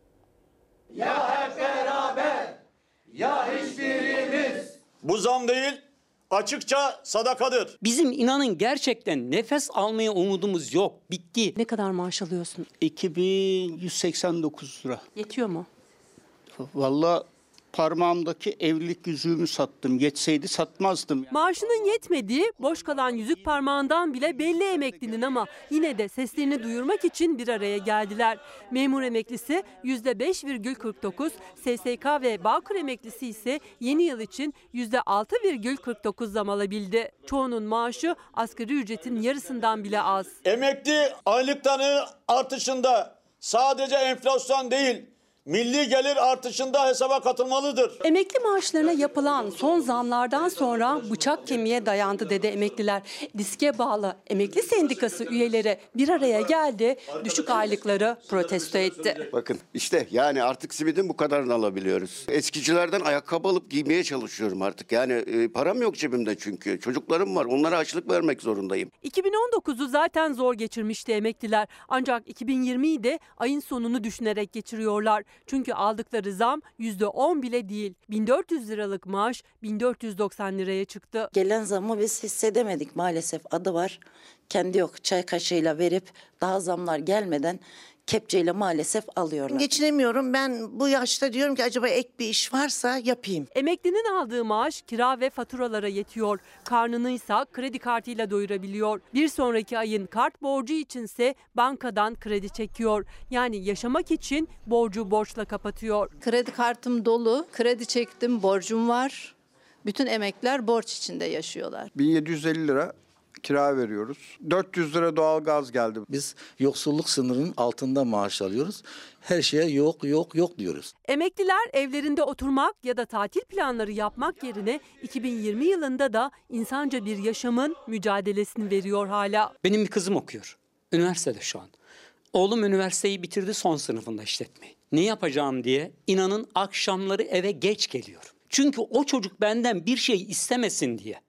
Ya hep beraber ya hiçbirimiz. Bu zam değil, açıkça sadakadır. Bizim inanın gerçekten nefes almaya umudumuz yok. Bitti. Ne kadar maaş alıyorsun? iki bin yüz seksen dokuz lira. Yetiyor mu? Vallahi parmağımdaki evlilik yüzüğümü sattım. Yetseydi satmazdım. Yani. Maaşının yetmediği, boş kalan yüzük parmağından bile belli emeklinin ama yine de seslerini duyurmak için bir araya geldiler. Memur emeklisi yüzde beş virgül kırk dokuz, S S K ve Bağkur emeklisi ise yeni yıl için yüzde altı virgül kırk dokuz zam alabildi. Çoğunun maaşı asgari ücretin yarısından bile az. Emekli aylıklarının artışında sadece enflasyon değil, milli gelir artışında hesaba katılmalıdır. Emekli maaşlarına yapılan son zamlardan sonra bıçak kemiğe dayandı dedi emekliler. Diske bağlı emekli sendikası üyeleri bir araya geldi, düşük aylıkları protesto etti. Bakın işte yani artık simidin bu kadarını alabiliyoruz. Eskicilerden ayakkabı alıp giymeye çalışıyorum artık. Yani e, param yok cebimde çünkü. Çocuklarım var, onlara açlık vermek zorundayım. iki bin on dokuzu zaten zor geçirmişti emekliler. Ancak iki bin yirmiyi de ayın sonunu düşünerek geçiriyorlar. Çünkü aldıkları zam yüzde on bile değil. bin dört yüz liralık maaş bin dört yüz doksan liraya çıktı. Gelen zammı biz hissedemedik maalesef. Adı var. Kendi yok çay kaşığıyla verip daha zamlar gelmeden kepçeyle maalesef alıyorlar. Geçinemiyorum. Ben bu yaşta diyorum ki acaba ek bir iş varsa yapayım. Emeklinin aldığı maaş kira ve faturalara yetiyor. Karnını ise kredi kartıyla doyurabiliyor. Bir sonraki ayın kart borcu içinse bankadan kredi çekiyor. Yani yaşamak için borcu borçla kapatıyor. Kredi kartım dolu, kredi çektim, borcum var. Bütün emekliler borç içinde yaşıyorlar. bin yedi yüz elli lira kira veriyoruz. dört yüz lira doğalgaz geldi. Biz yoksulluk sınırının altında maaş alıyoruz. Her şeye yok yok yok diyoruz. Emekliler evlerinde oturmak ya da tatil planları yapmak yerine iki bin yirmi yılında da insanca bir yaşamın mücadelesini veriyor hala. Benim bir kızım okuyor. Üniversitede şu an. Oğlum üniversiteyi bitirdi, son sınıfında işletmeyi. Ne yapacağım diye inanın akşamları eve geç geliyorum. Çünkü o çocuk benden bir şey istemesin diye.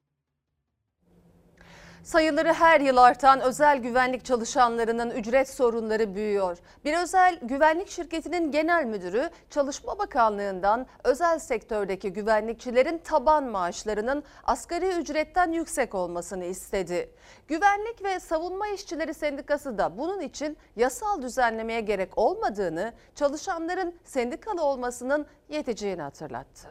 Sayıları her yıl artan özel güvenlik çalışanlarının ücret sorunları büyüyor. Bir özel güvenlik şirketinin genel müdürü Çalışma Bakanlığı'ndan özel sektördeki güvenlikçilerin taban maaşlarının asgari ücretten yüksek olmasını istedi. Güvenlik ve Savunma İşçileri Sendikası da bunun için yasal düzenlemeye gerek olmadığını, çalışanların sendikalı olmasının yeteceğini hatırlattı.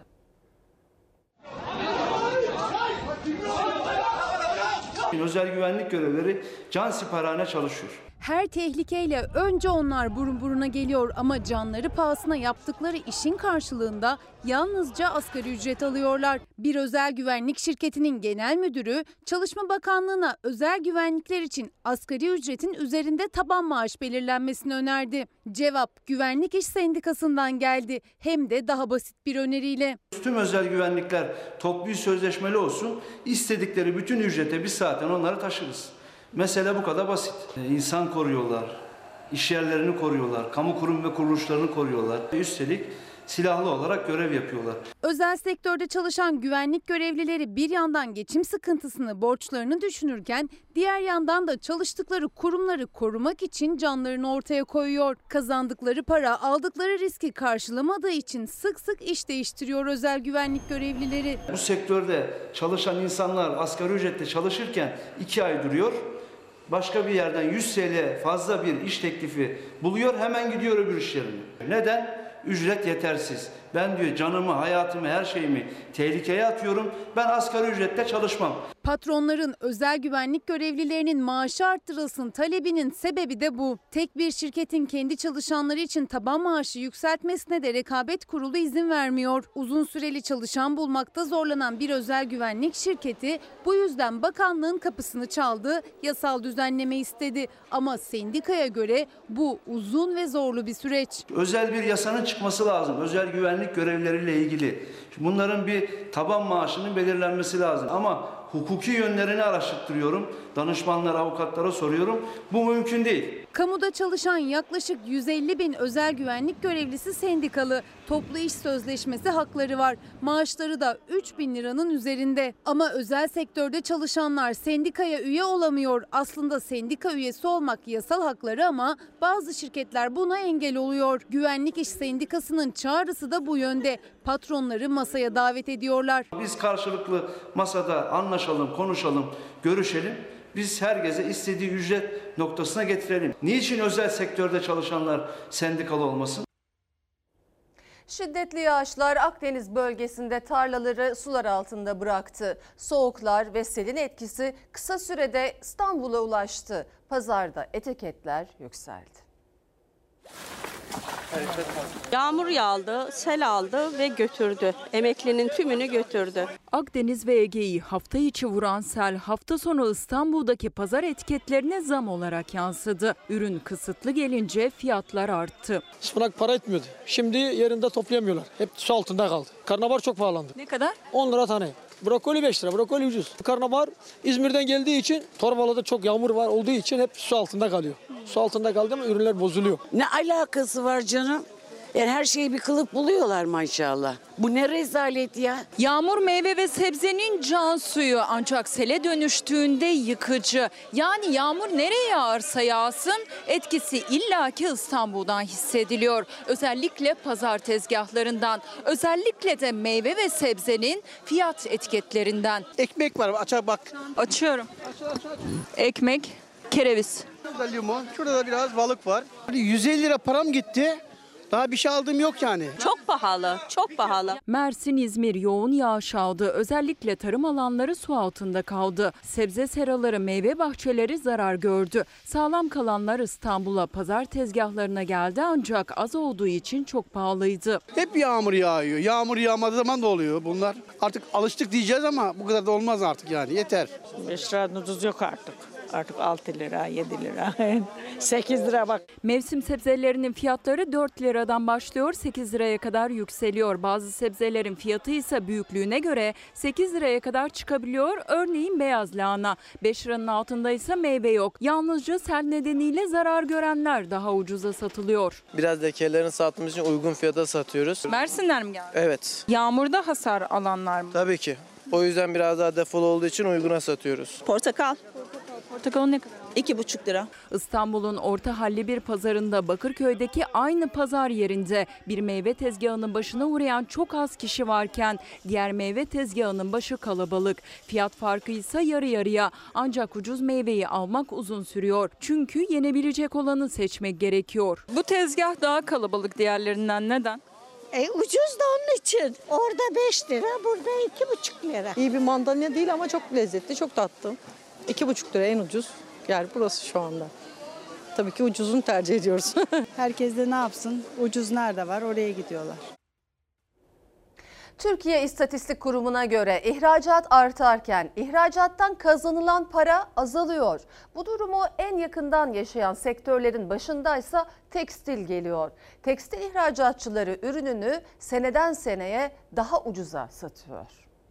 Özel güvenlik görevlileri can siparhane çalışıyor. Her tehlikeyle önce onlar burun buruna geliyor ama canları pahasına yaptıkları işin karşılığında yalnızca asgari ücret alıyorlar. Bir özel güvenlik şirketinin genel müdürü Çalışma Bakanlığı'na özel güvenlikler için asgari ücretin üzerinde taban maaş belirlenmesini önerdi. Cevap Güvenlik İş Sendikası'ndan geldi, hem de daha basit bir öneriyle. Tüm özel güvenlikler toplu sözleşmeli olsun, istedikleri bütün ücrete biz zaten onları taşırız. Mesele bu kadar basit. İnsan koruyorlar, iş yerlerini koruyorlar, kamu kurum ve kuruluşlarını koruyorlar. Üstelik silahlı olarak görev yapıyorlar. Özel sektörde çalışan güvenlik görevlileri bir yandan geçim sıkıntısını, borçlarını düşünürken diğer yandan da çalıştıkları kurumları korumak için canlarını ortaya koyuyor. Kazandıkları para aldıkları riski karşılamadığı için sık sık iş değiştiriyor özel güvenlik görevlileri. Bu sektörde çalışan insanlar asgari ücretle çalışırken iki ay duruyor. Başka bir yerden yüz TL fazla bir iş teklifi buluyor, hemen gidiyor öbür iş yerine. Neden? Ücret yetersiz. Ben diyor canımı, hayatımı, her şeyimi tehlikeye atıyorum. Ben asgari ücretle çalışmam. Patronların özel güvenlik görevlilerinin maaşı arttırılsın talebinin sebebi de bu. Tek bir şirketin kendi çalışanları için taban maaşı yükseltmesine de rekabet kurulu izin vermiyor. Uzun süreli çalışan bulmakta zorlanan bir özel güvenlik şirketi bu yüzden bakanlığın kapısını çaldı, yasal düzenleme istedi. Ama sendikaya göre bu uzun ve zorlu bir süreç. Özel bir yasanın çıkması lazım. Özel güvenlik görevlileriyle ilgili. Bunların bir taban maaşının belirlenmesi lazım. Ama hukuki yönlerini araştırıyorum. Danışmanlara, avukatlara soruyorum. Bu mümkün değil. Kamuda çalışan yaklaşık yüz elli bin özel güvenlik görevlisi sendikalı. Toplu iş sözleşmesi hakları var. Maaşları da üç bin liranın üzerinde. Ama özel sektörde çalışanlar sendikaya üye olamıyor. Aslında sendika üyesi olmak yasal hakları ama bazı şirketler buna engel oluyor. Güvenlik İş Sendikası'nın çağrısı da bu yönde. Patronları masaya davet ediyorlar. Biz karşılıklı masada anlaşalım, konuşalım, görüşelim. Biz herkese istediği ücret noktasına getirelim. Niçin özel sektörde çalışanlar sendikalı olmasın? Şiddetli yağışlar Akdeniz bölgesinde tarlaları sular altında bıraktı. Soğuklar ve selin etkisi kısa sürede İstanbul'a ulaştı. Pazarda etiketler yükseldi. Yağmur yağdı, sel aldı ve götürdü. Emeklinin tümünü götürdü. Akdeniz ve Ege'yi hafta içi vuran sel hafta sonu İstanbul'daki pazar etiketlerine zam olarak yansıdı. Ürün kısıtlı gelince fiyatlar arttı. Ispanak para etmiyordu. Şimdi yerinde toplayamıyorlar. Hep su altında kaldı. Karnabahar çok pahalandı. Ne kadar? on lira tane. Brokoli beş lira. Brokoli ucuz. Karnabahar İzmir'den geldiği için, Torbalı'da çok yağmur var olduğu için hep su altında kalıyor. Su altında kaldı ama ürünler bozuluyor. Ne alakası var canım? Yani her şeyi bir kılıp buluyorlar maşallah. Bu ne rezalet ya. Yağmur meyve ve sebzenin can suyu ancak sele dönüştüğünde yıkıcı. Yani yağmur nereye yağarsa yağsın etkisi illaki İstanbul'dan hissediliyor. Özellikle pazar tezgahlarından, özellikle de meyve ve sebzenin fiyat etiketlerinden. Ekmek var, açar bak. Açıyorum. Ekmek, kereviz. Burada limon, şurada da biraz balık var. yüz elli lira param gitti. Daha bir şey aldığım yok yani. Çok pahalı, çok pahalı. Mersin, İzmir yoğun yağış aldı. Özellikle tarım alanları su altında kaldı. Sebze seraları, meyve bahçeleri zarar gördü. Sağlam kalanlar İstanbul'a, pazar tezgahlarına geldi ancak az olduğu için çok pahalıydı. Hep yağmur yağıyor. Yağmur yağmadığı zaman da oluyor bunlar. Artık alıştık diyeceğiz ama bu kadar da olmaz artık yani, yeter. beş liradan ucuz yok artık. Artık altı lira, yedi lira, sekiz lira bak. Mevsim sebzelerinin fiyatları dört liradan başlıyor, sekiz liraya kadar yükseliyor. Bazı sebzelerin fiyatı ise büyüklüğüne göre sekiz liraya kadar çıkabiliyor. Örneğin beyaz lahana. beş liranın altında ise meyve yok. Yalnızca sel nedeniyle zarar görenler daha ucuza satılıyor. Biraz lekelerini sattığımız için uygun fiyata satıyoruz. Mersinler mi geldi? Evet. Yağmurda hasar alanlar mı? Tabii ki. O yüzden biraz daha defol olduğu için uyguna satıyoruz. Portakal. Portakal ne kadar? iki buçuk lira. İstanbul'un Orta Hallibir pazarında Bakırköy'deki aynı pazar yerinde bir meyve tezgahının başına uğrayan çok az kişi varken diğer meyve tezgahının başı kalabalık. Fiyat farkı ise yarı yarıya. Ancak ucuz meyveyi almak uzun sürüyor. Çünkü yenebilecek olanı seçmek gerekiyor. Bu tezgah daha kalabalık diğerlerinden. Neden? E, ucuz da onun için. Orada beş lira, burada iki buçuk lira. İyi bir mandalina değil ama çok lezzetli, çok tatlı. iki buçuk lira en ucuz. Yani burası şu anda. Tabii ki ucuzunu tercih ediyoruz. Herkes de ne yapsın? Ucuz nerede var? Oraya gidiyorlar. Türkiye İstatistik Kurumu'na göre ihracat artarken ihracattan kazanılan para azalıyor. Bu durumu en yakından yaşayan sektörlerin başındaysa tekstil geliyor. Tekstil ihracatçıları ürününü seneden seneye daha ucuza satıyor.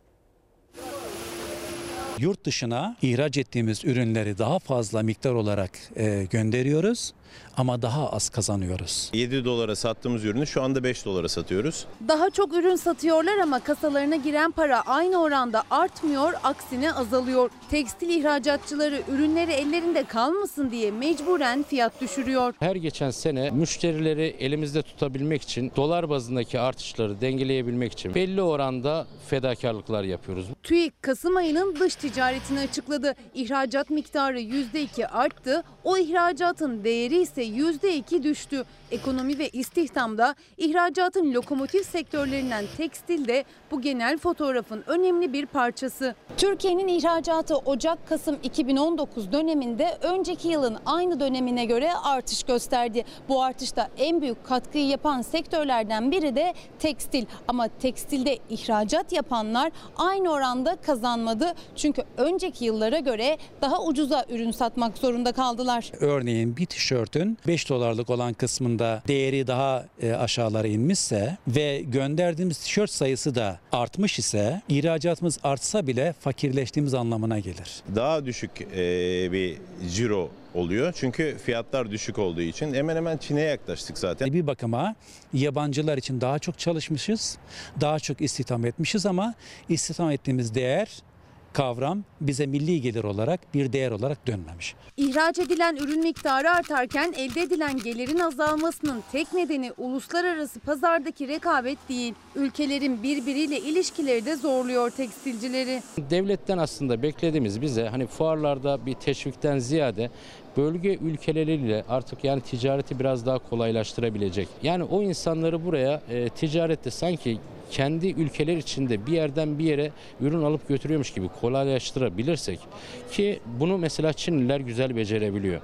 Yurt dışına ihraç ettiğimiz ürünleri daha fazla miktar olarak e, gönderiyoruz ama daha az kazanıyoruz. yedi dolara sattığımız ürünü şu anda beş dolara satıyoruz. Daha çok ürün satıyorlar ama kasalarına giren para aynı oranda artmıyor, aksine azalıyor. Tekstil ihracatçıları ürünleri ellerinde kalmasın diye mecburen fiyat düşürüyor. Her geçen sene müşterileri elimizde tutabilmek için, dolar bazındaki artışları dengeleyebilmek için belli oranda fedakarlıklar yapıyoruz. TÜİK Kasım ayının dış ticaretini açıkladı. İhracat miktarı yüzde iki arttı, o ihracatın değeri ise yüzde iki düştü. Ekonomi ve istihdamda ihracatın lokomotif sektörlerinden tekstil de bu genel fotoğrafın önemli bir parçası. Türkiye'nin ihracatı Ocak-Kasım iki bin on dokuz döneminde önceki yılın aynı dönemine göre artış gösterdi. Bu artışta en büyük katkıyı yapan sektörlerden biri de tekstil. Ama tekstilde ihracat yapanlar aynı oranda kazanmadı. Çünkü önceki yıllara göre daha ucuza ürün satmak zorunda kaldılar. Örneğin bir tişörtün beş dolarlık olan kısmında değeri daha e, aşağılara inmişse ve gönderdiğimiz tişört sayısı da artmış ise ihracatımız artsa bile fakirleştiğimiz anlamına gelir. Daha düşük e, bir ciro oluyor çünkü fiyatlar düşük olduğu için hemen hemen Çin'e yaklaştık zaten. Bir bakıma yabancılar için daha çok çalışmışız, daha çok istihdam etmişiz ama istihdam ettiğimiz değer, kavram bize milli gelir olarak bir değer olarak dönmemiş. İhraç edilen ürün miktarı artarken elde edilen gelirin azalmasının tek nedeni uluslararası pazardaki rekabet değil. Ülkelerin birbiriyle ilişkileri de zorluyor tekstilcileri. Devletten aslında beklediğimiz bize hani fuarlarda bir teşvikten ziyade bölge ülkeleriyle artık yani ticareti biraz daha kolaylaştırabilecek. Yani o insanları buraya e, ticarette sanki kendi ülkeler içinde bir yerden bir yere ürün alıp götürüyormuş gibi kolaylaştırabilirsek ki bunu mesela Çinliler güzel becerebiliyor.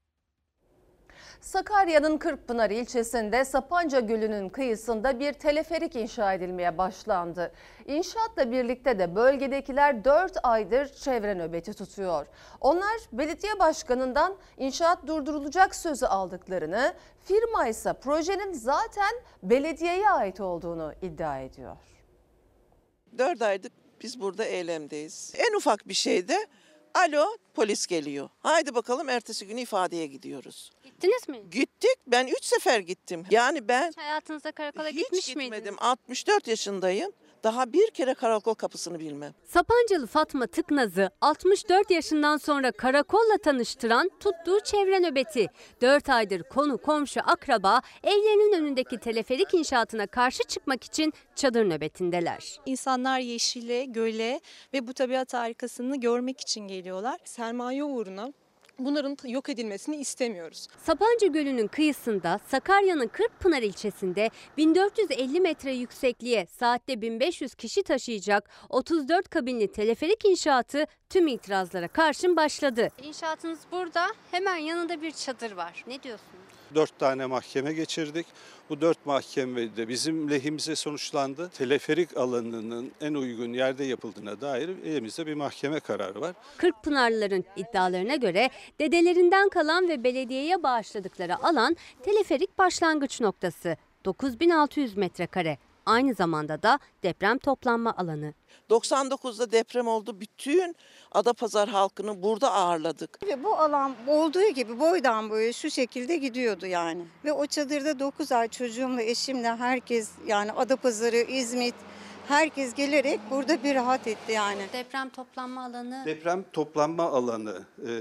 Sakarya'nın Kırkpınar ilçesinde Sapanca Gölü'nün kıyısında bir teleferik inşa edilmeye başlandı. İnşaatla birlikte de bölgedekiler dört aydır çevre nöbeti tutuyor. Onlar belediye başkanından inşaat durdurulacak sözü aldıklarını, firma ise projenin zaten belediyeye ait olduğunu iddia ediyor. Dört aydır biz burada eylemdeyiz. En ufak bir şeyde alo polis geliyor. Haydi bakalım ertesi gün ifadeye gidiyoruz. Gittiniz mi? Gittik. Ben üç sefer gittim. Yani ben hiç hayatınızda karakola hiç gitmiş gitmedim. miydiniz? altmış dört yaşındayım. Daha bir kere karakol kapısını bilmem. Sapancalı Fatma Tıknaz'ı altmış dört yaşından sonra karakolla tanıştıran tuttuğu çevre nöbeti. dört aydır konu, komşu, akraba evlerinin önündeki teleferik inşaatına karşı çıkmak için çadır nöbetindeler. İnsanlar yeşile, göle ve bu tabiat harikasını görmek için geliyorlar. Sermaye uğruna bunların yok edilmesini istemiyoruz. Sapanca Gölü'nün kıyısında Sakarya'nın Kırkpınar ilçesinde bin dört yüz elli metre yüksekliğe saatte bin beş yüz kişi taşıyacak otuz dört kabinli teleferik inşaatı tüm itirazlara karşın başladı. İnşaatınız burada, hemen yanında bir çadır var. Ne diyorsunuz? Dört tane mahkeme geçirdik. Bu dört mahkeme de bizim lehimize sonuçlandı. Teleferik alanının en uygun yerde yapıldığına dair elimizde bir mahkeme kararı var. Kırkpınarlıların iddialarına göre dedelerinden kalan ve belediyeye bağışladıkları alan teleferik başlangıç noktası dokuz bin altı yüz metrekare. Aynı zamanda da deprem toplanma alanı. doksan dokuzda deprem oldu. Bütün Adapazarı halkını burada ağırladık. Ve bu alan olduğu gibi boydan boya şu şekilde gidiyordu yani. Ve o çadırda dokuz ay çocuğumla, eşimle herkes, yani Adapazarı, İzmit, herkes gelerek burada bir rahat etti yani. Deprem toplanma alanı. Deprem toplanma alanı,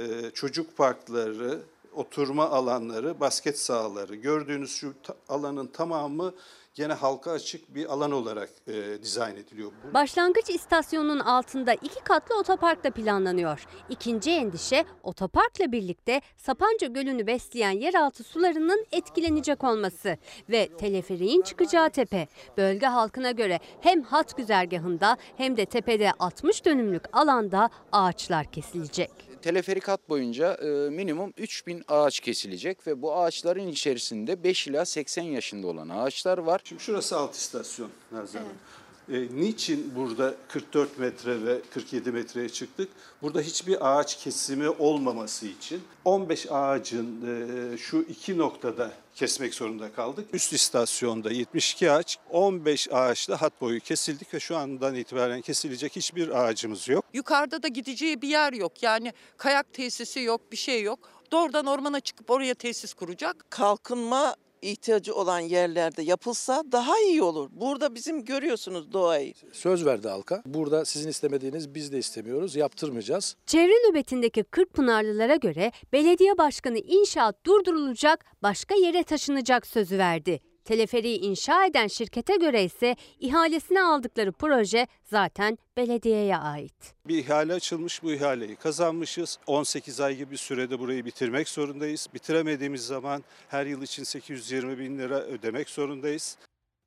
çocuk parkları, oturma alanları, basket sahaları, gördüğünüz şu alanın tamamı gene halka açık bir alan olarak e, dizayn ediliyor. Başlangıç istasyonunun altında iki katlı otopark da planlanıyor. İkinci endişe otoparkla birlikte Sapanca Gölü'nü besleyen yeraltı sularının etkilenecek olması ve teleferiğin çıkacağı tepe. Bölge halkına göre hem hat güzergahında hem de tepede altmış dönümlük alanda ağaçlar kesilecek. Teleferik hat boyunca e, minimum üç bin ağaç kesilecek ve bu ağaçların içerisinde beş ila seksen yaşında olan ağaçlar var. Şimdi şurası alt istasyon Nazan Hanım. E, niçin burada kırk dört metre ve kırk yedi metreye çıktık? Burada hiçbir ağaç kesimi olmaması için on beş ağacın e, şu iki noktada kesmek zorunda kaldık. Üst istasyonda yetmiş iki ağaç, on beş ağaçla hat boyu kesildik ve şu andan itibaren kesilecek hiçbir ağacımız yok. Yukarıda da gideceği bir yer yok. Yani kayak tesisi yok, bir şey yok. Doğrudan ormana çıkıp oraya tesis kuracak. Kalkınma ihtiyacı olan yerlerde yapılsa daha iyi olur. Burada bizim görüyorsunuz doğayı. Söz verdi halka. Burada sizin istemediğiniz biz de istemiyoruz. Yaptırmayacağız. Çevre nöbetindeki Kırkpınarlılara göre belediye başkanı inşaat durdurulacak, başka yere taşınacak sözü verdi. Teleferiği inşa eden şirkete göre ise ihalesine aldıkları proje zaten belediyeye ait. Bir ihale açılmış, bu ihaleyi kazanmışız. on sekiz ay gibi bir sürede burayı bitirmek zorundayız. Bitiremediğimiz zaman her yıl için sekiz yüz yirmi bin lira ödemek zorundayız.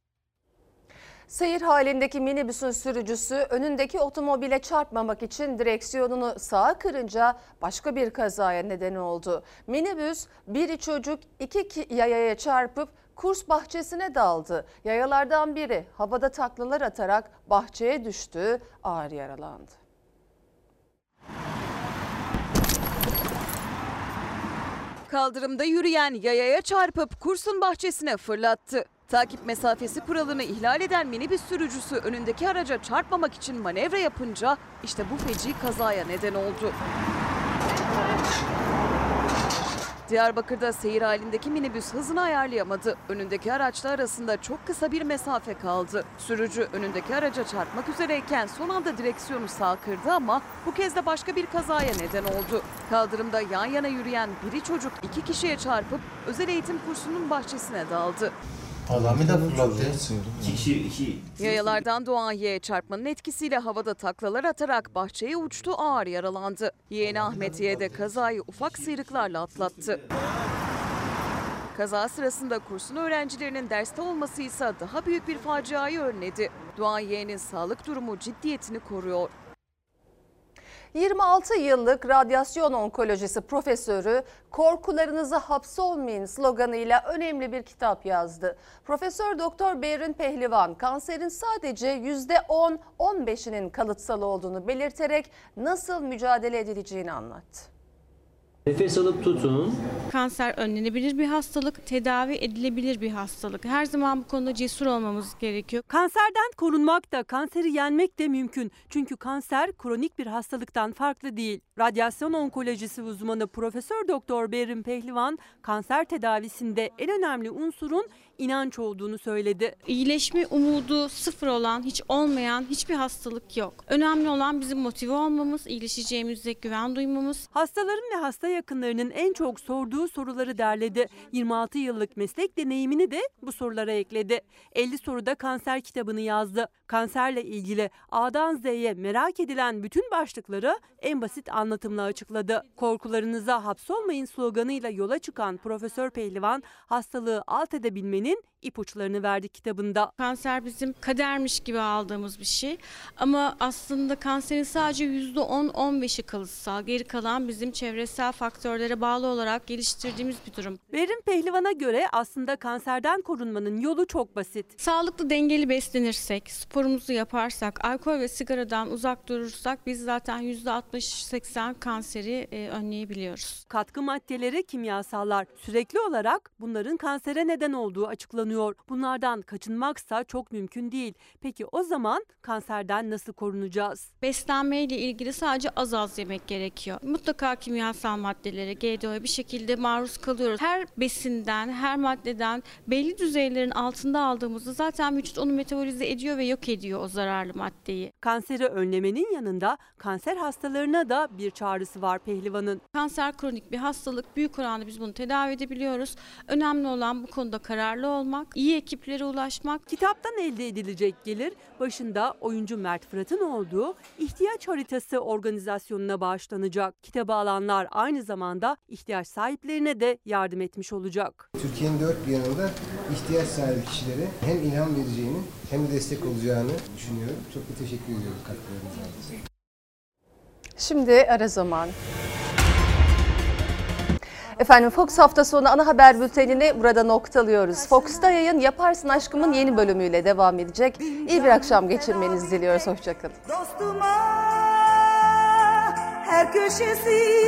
Seyir halindeki minibüsün sürücüsü önündeki otomobile çarpmamak için direksiyonunu sağa kırınca başka bir kazaya neden oldu. Minibüs biri çocuk iki yayaya çarpıp kurs bahçesine daldı. Yayalardan biri havada taklalar atarak bahçeye düştü, ağır yaralandı. Kaldırımda yürüyen yayaya çarpıp kursun bahçesine fırlattı. Takip mesafesi kuralını ihlal eden minibüs sürücüsü önündeki araca çarpmamak için manevra yapınca işte bu feci kazaya neden oldu. Diyarbakır'da seyir halindeki minibüs hızını ayarlayamadı. Önündeki araçla arasında çok kısa bir mesafe kaldı. Sürücü önündeki araca çarpmak üzereyken son anda direksiyonu sağa kırdı ama bu kez de başka bir kazaya neden oldu. Kaldırımda yan yana yürüyen biri çocuk iki kişiye çarpıp özel eğitim kursunun bahçesine daldı. Adamı da fırlattı. Yayalardan doğan yeğe çarpmanın etkisiyle havada taklalar atarak bahçeye uçtu, ağır yaralandı. Yeğeni Ahmet Yeğe de kazayı ufak sıyrıklarla atlattı. Kaza sırasında kursun öğrencilerinin derste olması ise daha büyük bir faciayı önledi. Doğan yeğenin sağlık durumu ciddiyetini koruyor. yirmi altı yıllık radyasyon onkolojisi profesörü "Korkularınıza hapsolmayın" sloganıyla önemli bir kitap yazdı. Profesör Doktor Berrin Pehlivan kanserin sadece yüzde on on beşinin kalıtsal olduğunu belirterek nasıl mücadele edileceğini anlattı. Nefes alıp tutun. Kanser önlenebilir bir hastalık, tedavi edilebilir bir hastalık. Her zaman bu konuda cesur olmamız gerekiyor. Kanserden korunmak da kanseri yenmek de mümkün. Çünkü kanser kronik bir hastalıktan farklı değil. Radyasyon onkolojisi uzmanı Profesör Doktor Berrin Pehlivan kanser tedavisinde en önemli unsurun inanç olduğunu söyledi. İyileşme umudu sıfır olan, hiç olmayan hiçbir hastalık yok. Önemli olan bizim motive olmamız, iyileşeceğimize güven duymamız. Hastaların ve hasta yakınlarının en çok sorduğu soruları derledi. yirmi altı yıllık meslek deneyimini de bu sorulara ekledi. elli soruda kanser kitabını yazdı. Kanserle ilgili A'dan Z'ye merak edilen bütün başlıkları en basit anlatımla açıkladı. Korkularınıza hapsolmayın sloganıyla yola çıkan Profesör Pehlivan hastalığı alt edebilmenin ipuçlarını verdi kitabında. Kanser bizim kadermiş gibi aldığımız bir şey ama aslında kanserin sadece yüzde on on beşi kalıtsal, geri kalan bizim çevresel faktörlere bağlı olarak geliştirdiğimiz bir durum. Berin Pehlivan'a göre aslında kanserden korunmanın yolu çok basit. Sağlıklı, dengeli beslenirsek, sporumuzu yaparsak, alkol ve sigaradan uzak durursak biz zaten yüzde altmış seksen kanseri e, önleyebiliyoruz. Katkı maddeleri, kimyasallar, sürekli olarak bunların kansere neden olduğu açıklanıyor. Bunlardan kaçınmaksa çok mümkün değil. Peki o zaman kanserden nasıl korunacağız? Beslenmeyle ilgili sadece az az yemek gerekiyor. Mutlaka kimyasal maddelere, G D O'ya bir şekilde maruz kalıyoruz. Her besinden, her maddeden belli düzeylerin altında aldığımızda zaten vücut onu metabolize ediyor ve yok ediyor o zararlı maddeyi. Kanseri önlemenin yanında kanser hastalarına da bir çağrısı var Pehlivan'ın. Kanser kronik bir hastalık. Büyük oranda biz bunu tedavi edebiliyoruz. Önemli olan bu konuda kararlı olmak, iyi ekiplere ulaşmak. Kitaptan elde edilecek gelir başında oyuncu Mert Fırat'ın olduğu ihtiyaç haritası organizasyonuna bağışlanacak. Kitabı alanlar aynı zamanda ihtiyaç sahiplerine de yardım etmiş olacak. Türkiye'nin dört bir yanında ihtiyaç sahibi kişilere hem ilham vereceğini hem de destek olacağını düşünüyorum. Çok da teşekkür ediyorum katkılarınız için. Şimdi ara zaman. Efendim Fox hafta sonu ana haber bültenini burada noktalıyoruz. Fox'ta yayın Yaparsın Aşkım'ın yeni bölümüyle devam edecek. İyi bir akşam geçirmenizi diliyoruz. Hoşçakalın. Dostuma her köşesi